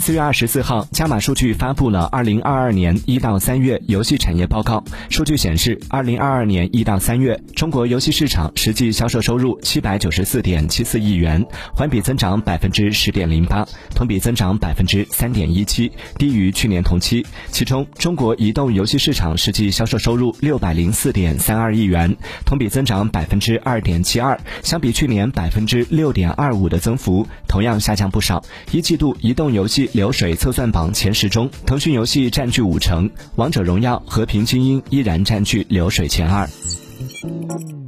4月24号，加码数据发布了2022年1到3月游戏产业报告。数据显示，2022年1到3月，中国游戏市场实际销售收入794.74亿元，环比增长10.08%，同比增长3.17%，低于去年同期。其中，中国移动游戏市场实际销售收入604.32亿元，同比增长2.72%，相比去年6.25%的增幅，同样下降不少。一季度移动游戏流水测算榜前10中，腾讯游戏占据50%，王者荣耀、和平精英依然占据流水前2。